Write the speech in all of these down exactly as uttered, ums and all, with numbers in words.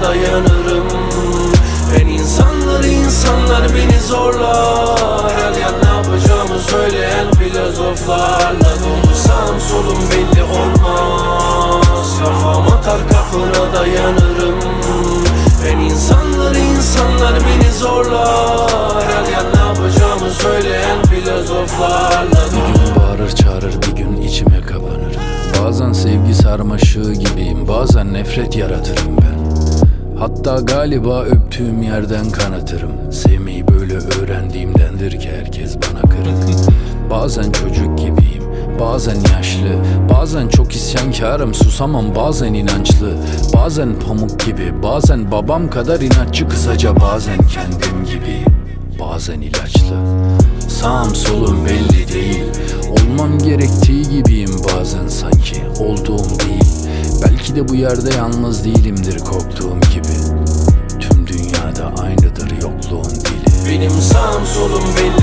dayanırım. Ben insanlar insanlar beni zorlar. Her yer ne yapacağımı söyleyen filozoflarla dolu. Sağım solum belli olmaz. Kafam atar kapına dayanırım. Ben insanlar insanlar beni zorlar. Her yer ne yapacağımı söyleyen filozoflarla dolu. Bir gün bağırır çağırır, bir gün içime kapanır. Bazen sevgi sarmaşığı gibiyim, bazen nefret yaratırım ben. Hatta galiba öptüğüm yerden kanatırım. Sevmeyi böyle öğrendiğimdendir ki herkes bana kırık. Bazen çocuk gibiyim, bazen yaşlı, bazen çok isyankarım, susamam, bazen inançlı. Bazen pamuk gibi, bazen babam kadar inatçı, kısaca bazen kendim gibiyim, bazen ilaçlı. Sağım solum belli değil, olmam gerektiği gibiyim bazen, sanki olduğum değil. Belki de bu yerde yalnız değilimdir korktuğum gibi. Tüm dünyada aynıdır yokluğun dili. Benim sağım solum belli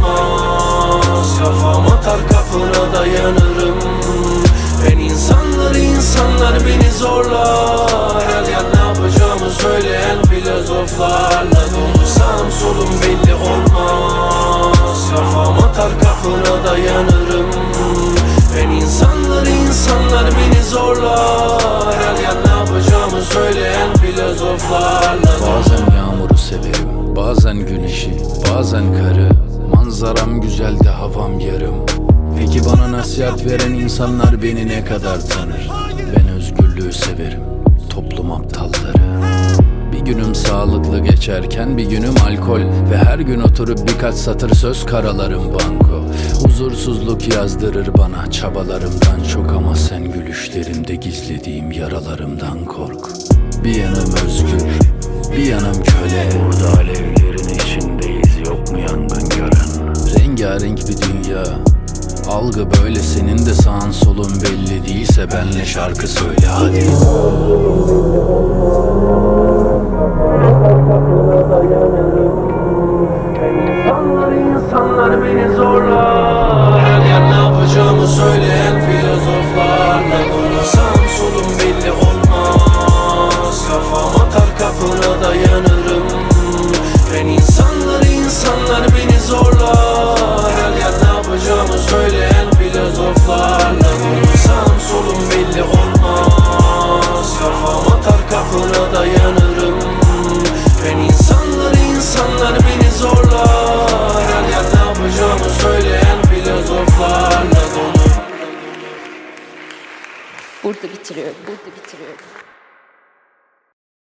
olmaz. Kafam atar kapına dayanırım. Ben insanlar insanlar beni zorlar. Her yer ne yapacağımı söyleyen filozoflarla dolu. Sağım solum belli olmaz. Kafam atar kapına dayanırım. Ben insanlar insanlar beni zorlar. Her yer ne yapacağımı söyleyen filozoflarla dolu. Bazen yağmuru severim, bazen güneşi, bazen karı. Manzaram güzel de havam yarım. Peki bana nasihat veren insanlar beni ne kadar tanır? Ben özgürlüğü severim, toplum aptalları. Bir günüm sağlıklı geçerken bir günüm alkol. Ve her gün oturup birkaç satır söz karalarım banko. Huzursuzluk yazdırır bana çabalarımdan çok. Ama sen gülüşlerimde gizlediğim yaralarımdan kork. Bir yanım özgür, bir yanım köle. Burada alevlerin içindeyiz, yok mu yangın gören? Rengarenk bir dünya, algı böyle, senin de sağın solun belli değilse benle şarkı söyle hadi. İnsanlar insanlar beni zorlar. Her yer ne yapacağımı söyleyen filozoflarla dolu. Sağım solum belli olmaz. Kafam atar kapına dayanırım. Ben insanlar insanlar beni zorlar. Her yer ne yapacağımı söyleyen filozoflarla dolu. Sağım solum belli olmaz. Kafam atar kapına dayanırım. Ben insanlar insanlar beni zorlar. Her yer ne yapacağımı söyleyen filozoflarla dolu. Burada bitiriyorum, burada bitiriyorum.